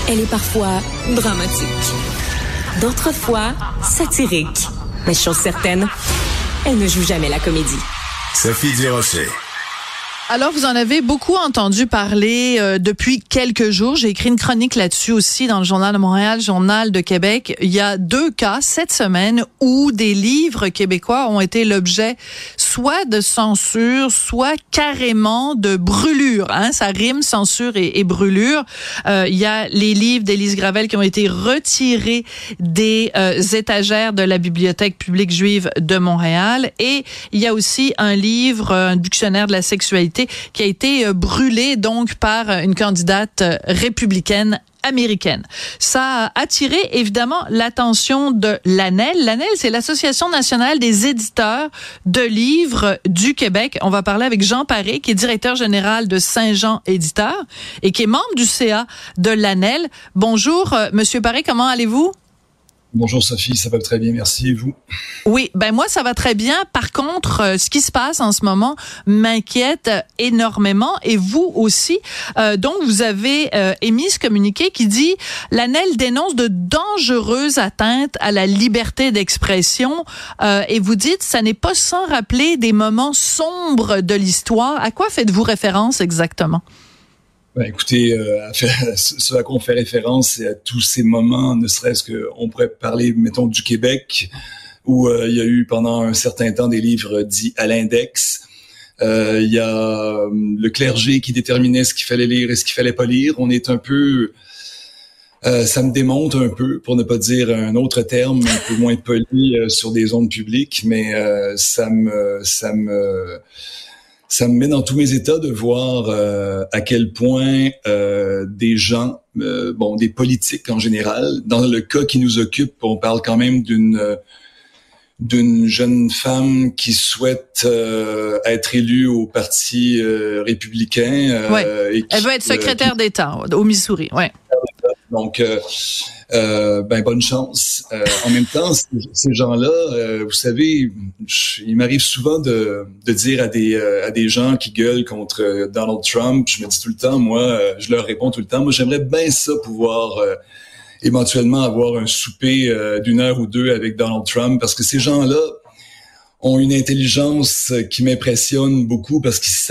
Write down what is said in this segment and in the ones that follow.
Elle est parfois dramatique, d'autres fois satirique. Mais chose certaine, elle ne joue jamais la comédie. Sophie Durocher. Alors, vous en avez beaucoup entendu parler depuis quelques jours. J'ai écrit une chronique là-dessus aussi dans le Journal de Montréal, Journal de Québec. Il y a 2 cas cette semaine où des livres québécois ont été l'objet soit de censure, soit carrément de brûlure. Ça rime, censure et brûlure. Il y a les livres d'Élise Gravel qui ont été retirés des étagères de la Bibliothèque publique juive de Montréal. Et il y a aussi un livre, un dictionnaire de la sexualité qui a été brûlé donc par une candidate républicaine américaine. Ça a attiré évidemment l'attention de l'ANEL. L'ANEL, c'est l'Association nationale des éditeurs de livres du Québec. On va parler avec Jean Paré, qui est directeur général de Saint-Jean Éditeur et qui est membre du CA de l'ANEL. Bonjour, Monsieur Paré, comment allez-vous? Bonjour Sophie, ça va très bien, merci. Et vous? Oui, moi ça va très bien. Par contre, ce qui se passe en ce moment m'inquiète énormément et vous aussi. Donc vous avez émis ce communiqué qui dit l'ANEL dénonce de dangereuses atteintes à la liberté d'expression et vous dites ça n'est pas sans rappeler des moments sombres de l'histoire. À quoi faites-vous référence exactement? Écoutez, ce à quoi on fait référence, c'est à tous ces moments, ne serait-ce qu'on pourrait parler, mettons, du Québec, où il y a eu pendant un certain temps des livres dits à l'index. Il y a le clergé qui déterminait ce qu'il fallait lire et ce qu'il fallait pas lire. On est un peu... ça me démonte un peu, pour ne pas dire un autre terme, un peu moins poli sur des ondes publiques, mais ça me met dans tous mes états de voir à quel point des gens, des politiques en général, dans le cas qui nous occupe, on parle quand même d'une jeune femme qui souhaite être élue au Parti républicain. Elle veut être secrétaire d'État au Missouri, ouais. Donc, bonne chance. En même temps, ces gens-là, vous savez, il m'arrive souvent de dire à des gens qui gueulent contre Donald Trump, je me dis tout le temps, moi, je leur réponds tout le temps, moi, j'aimerais bien ça pouvoir éventuellement avoir un souper d'1 heure ou 2 avec Donald Trump, parce que ces gens-là ont une intelligence qui m'impressionne beaucoup parce qu'ils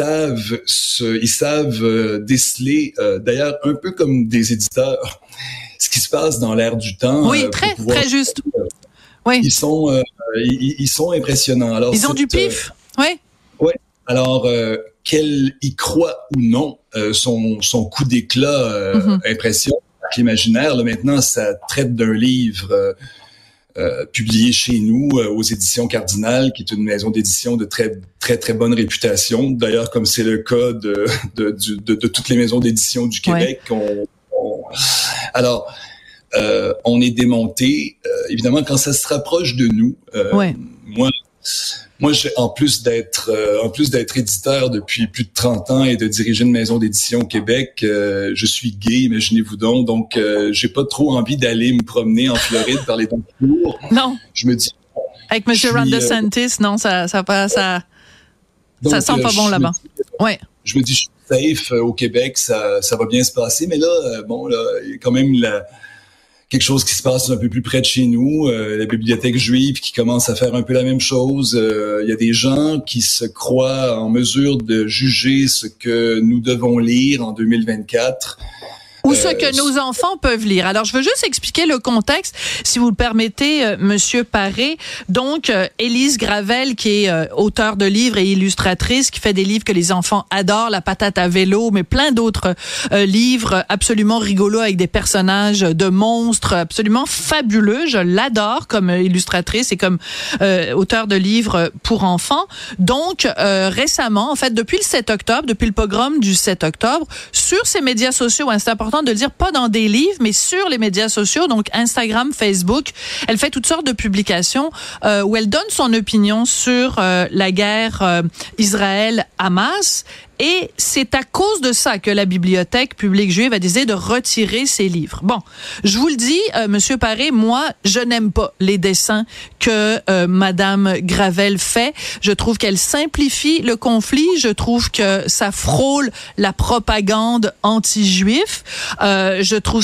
savent déceler, d'ailleurs un peu comme des éditeurs, ce qui se passe dans l'air du temps. Oui, très juste. Oui. Ils sont impressionnants. Alors, ils ont du pif. Oui. Oui. Alors qu'elle y croit ou non, son coup d'éclat impressionne l'imaginaire. Là maintenant, ça traite d'un livre. Publié chez nous aux éditions Cardinal, qui est une maison d'édition de très très très bonne réputation. D'ailleurs, comme c'est le cas de toutes les maisons d'édition du Québec, alors on est démonté. Évidemment, quand ça se rapproche de nous, moi, en plus d'être éditeur depuis plus de 30 ans et de diriger une maison d'édition au Québec, je suis gay, imaginez-vous donc. Donc, j'ai pas trop envie d'aller me promener en Floride par les temps courts. Non. Je me dis. Avec M. Ron DeSantis, non, ça sent pas bon là-bas. Ouais. Je me dis, je suis safe au Québec, ça va bien se passer. Mais là, il y a quand même quelque chose qui se passe un peu plus près de chez nous, la bibliothèque juive qui commence à faire un peu la même chose. Il y a des gens qui se croient en mesure de juger ce que nous devons lire en 2024. Ou ce que nos enfants peuvent lire. Alors, je veux juste expliquer le contexte, si vous le permettez, Monsieur Paré. Donc, Élise Gravel, qui est auteure de livres et illustratrice, qui fait des livres que les enfants adorent, La patate à vélo, mais plein d'autres livres absolument rigolos avec des personnages de monstres absolument fabuleux. Je l'adore comme illustratrice et comme auteure de livres pour enfants. Donc, récemment, en fait, depuis le 7 octobre, depuis le pogrom du 7 octobre, sur ses médias sociaux, c'est important de le dire, pas dans des livres, mais sur les médias sociaux, donc Instagram, Facebook. Elle fait toutes sortes de publications où elle donne son opinion sur la guerre Israël-Hamas. Et c'est à cause de ça que la Bibliothèque publique juive a décidé de retirer ses livres. Bon, je vous le dis, Monsieur Paré, moi, je n'aime pas les dessins que Madame Gravel fait. Je trouve qu'elle simplifie le conflit. Je trouve que ça frôle la propagande anti-juif. Je trouve ça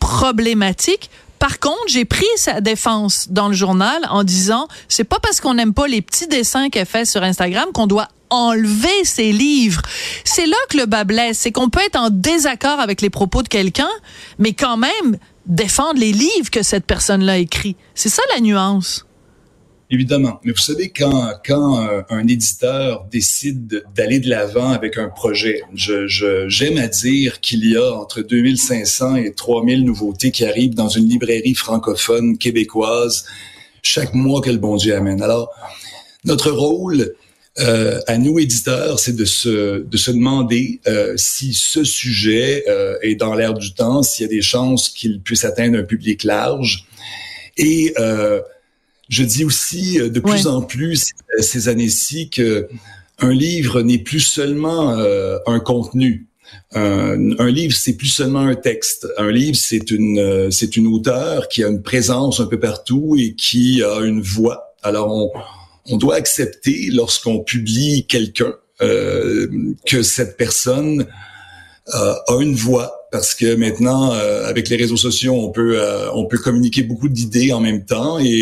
problématique. Par contre, j'ai pris sa défense dans le journal en disant, c'est pas parce qu'on n'aime pas les petits dessins qu'elle fait sur Instagram qu'on doit enlever ses livres. C'est là que le bas blesse, c'est qu'on peut être en désaccord avec les propos de quelqu'un, mais quand même défendre les livres que cette personne-là écrit. C'est ça la nuance. Évidemment. Mais vous savez, quand un éditeur décide d'aller de l'avant avec un projet, j'aime à dire qu'il y a entre 2500 et 3000 nouveautés qui arrivent dans une librairie francophone québécoise chaque mois que le bon Dieu amène. Alors, notre rôle à nous, éditeurs, c'est de se demander si ce sujet est dans l'air du temps, s'il y a des chances qu'il puisse atteindre un public large. Et je dis aussi de plus en plus ces années-ci que un livre n'est plus seulement un contenu. Un livre, c'est plus seulement un texte. Un livre, c'est une auteure qui a une présence un peu partout et qui a une voix. Alors, on doit accepter, lorsqu'on publie quelqu'un, que cette personne a une voix. Parce que maintenant, avec les réseaux sociaux, on peut communiquer beaucoup d'idées en même temps et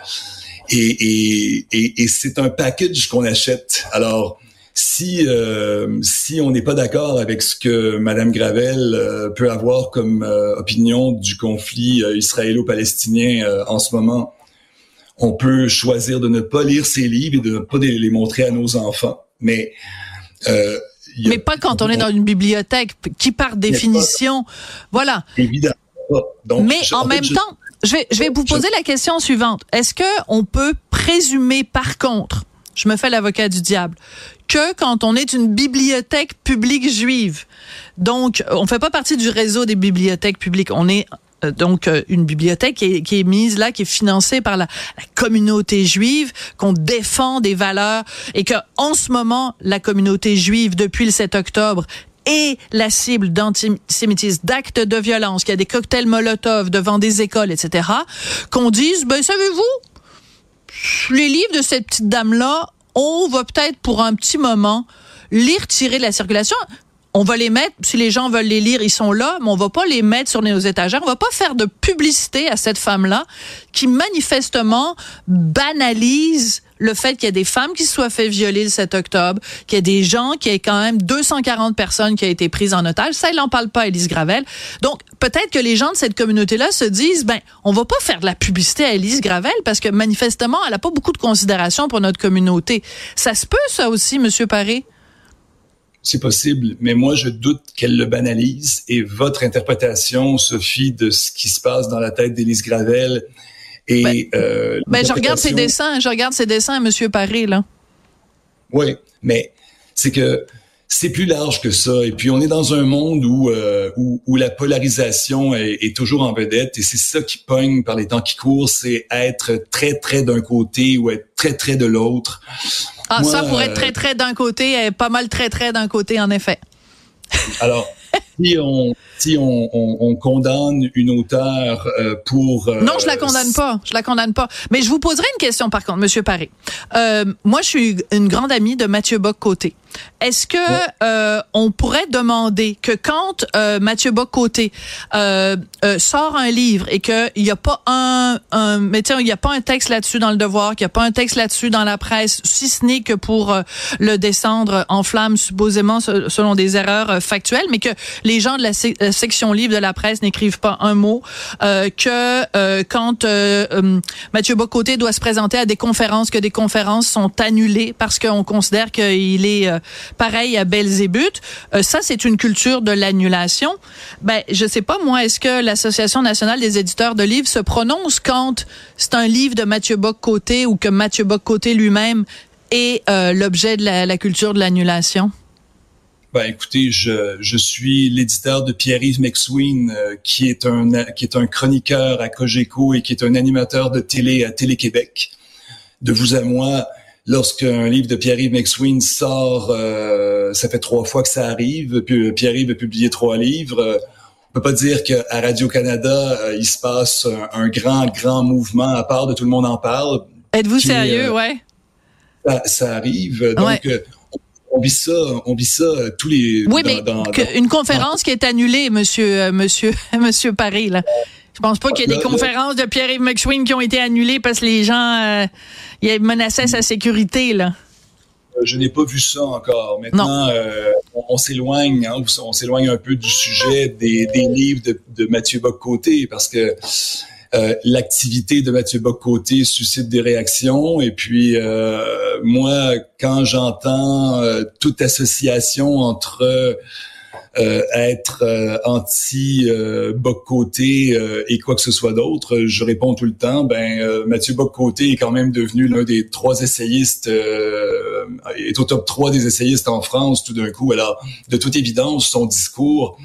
c'est un package qu'on achète. Alors, si on n'est pas d'accord avec ce que Madame Gravel peut avoir comme opinion du conflit israélo-palestinien en ce moment, on peut choisir de ne pas lire ces livres et de ne pas les montrer à nos enfants. Mais pas quand on est dans une bibliothèque qui, par définition, voilà. Évidemment. Donc, mais en même temps, je vais vous poser la question suivante. Est-ce que on peut présumer, par contre, je me fais l'avocat du diable, que quand on est une bibliothèque publique juive, donc on fait pas partie du réseau des bibliothèques publiques, on est donc une bibliothèque qui est mise là, qui est financée par la communauté juive, qu'on défend des valeurs et que en ce moment la communauté juive depuis le 7 octobre est la cible d'antisémitisme, d'actes de violence, qu'il y a des cocktails Molotov devant des écoles, etc. Qu'on dise, savez-vous, les livres de cette petite dame-là, on va peut-être pour un petit moment les retirer de la circulation. On va les mettre, si les gens veulent les lire, ils sont là, mais on va pas les mettre sur nos étagères. On va pas faire de publicité à cette femme-là qui manifestement banalise le fait qu'il y a des femmes qui se soient fait violer le 7 octobre, qu'il y a des gens, qu'il y ait quand même 240 personnes qui ont été prises en otage. Ça, elle n'en parle pas, Élise Gravel. Donc, peut-être que les gens de cette communauté-là se disent, on va pas faire de la publicité à Élise Gravel parce que manifestement, elle a pas beaucoup de considération pour notre communauté. Ça se peut, ça aussi, Monsieur Paré? C'est possible, mais moi, je doute qu'elle le banalise. Et votre interprétation, Sophie, de ce qui se passe dans la tête d'Élise Gravel et je regarde ses dessins, Monsieur Paré, là. Oui, mais c'est que c'est plus large que ça. Et puis, on est dans un monde où la polarisation est toujours en vedette. Et c'est ça qui pogne par les temps qui courent, c'est être très, très d'un côté ou être très, très de l'autre. Ah, moi, ça, pour être très, très d'un côté, pas mal très, très d'un côté, en effet. Alors, si on condamne une auteure pour... Non, je la condamne pas. Mais je vous poserai une question, par contre, Monsieur Paré. Moi, je suis une grande amie de Mathieu Bock-Côté. Est-ce que on pourrait demander que quand Mathieu Bock-Côté sort un livre et qu'il n'y a pas il y a pas un texte là-dessus dans Le Devoir, qu'il n'y a pas un texte là-dessus dans la presse, si ce n'est que pour le descendre en flammes supposément selon des erreurs factuelles, mais que les gens de la section livre de la presse n'écrivent pas un mot, que quand Mathieu Bock-Côté doit se présenter à des conférences, que des conférences sont annulées parce qu'on considère qu'il est pareil à Belzébuth, ça c'est une culture de l'annulation. Je sais pas moi, est-ce que l'Association nationale des éditeurs de livres se prononce quand c'est un livre de Mathieu Bock-Côté ou que Mathieu Bock-Côté lui-même est l'objet de la culture de l'annulation? Écoutez, je suis l'éditeur de Pierre-Yves McSween, qui est un chroniqueur à Cogeco et qui est un animateur de télé à Télé-Québec. De vous à moi, lorsqu'un livre de Pierre-Yves McSween sort, ça fait 3 fois que ça arrive. Puis Pierre-Yves a publié 3 livres. On peut pas dire qu'à Radio-Canada, il se passe un grand mouvement à part de Tout le monde en parle. Êtes-vous sérieux, ouais? Ça arrive. Donc, on vit ça tous les. Oui, mais une conférence qui est annulée, Monsieur Paré, là. Je pense pas qu'il y ait des conférences de Pierre-Yves McSween qui ont été annulées parce que les gens ils menaçaient sa sécurité, là. Je n'ai pas vu ça encore. Maintenant, on s'éloigne un peu du sujet des livres de Mathieu Bock-Côté parce que l'activité de Mathieu Bock-Côté suscite des réactions. Et puis, moi, quand j'entends toute association entre être anti-Bock-Côté et quoi que ce soit d'autre, je réponds tout le temps, Mathieu Bock-Côté est quand même devenu l'un des 3 essayistes, est au top 3 des essayistes en France tout d'un coup. Alors, de toute évidence, son discours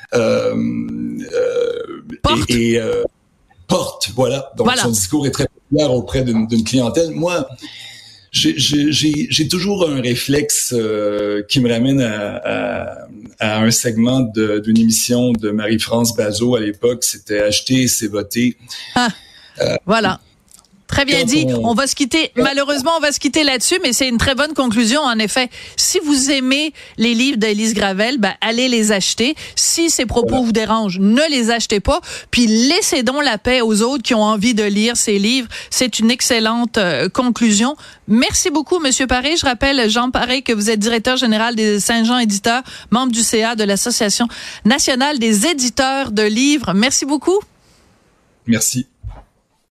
porte, voilà. Donc, son discours est très populaire auprès d'une clientèle. Moi, j'ai toujours un réflexe qui me ramène à un segment d'une émission de Marie-France Bazot à l'époque. C'était Acheter, c'est voter. Voilà. Très bien dit. On va se quitter. Malheureusement, on va se quitter là-dessus, mais c'est une très bonne conclusion. En effet, si vous aimez les livres d'Élise Gravel, allez les acheter. Si ces propos vous dérangent, ne les achetez pas. Puis laissez donc la paix aux autres qui ont envie de lire ces livres. C'est une excellente conclusion. Merci beaucoup, Monsieur Paré. Je rappelle, Jean Paré, que vous êtes directeur général des Saint-Jean Éditeurs, membre du CA de l'Association nationale des éditeurs de livres. Merci beaucoup. Merci.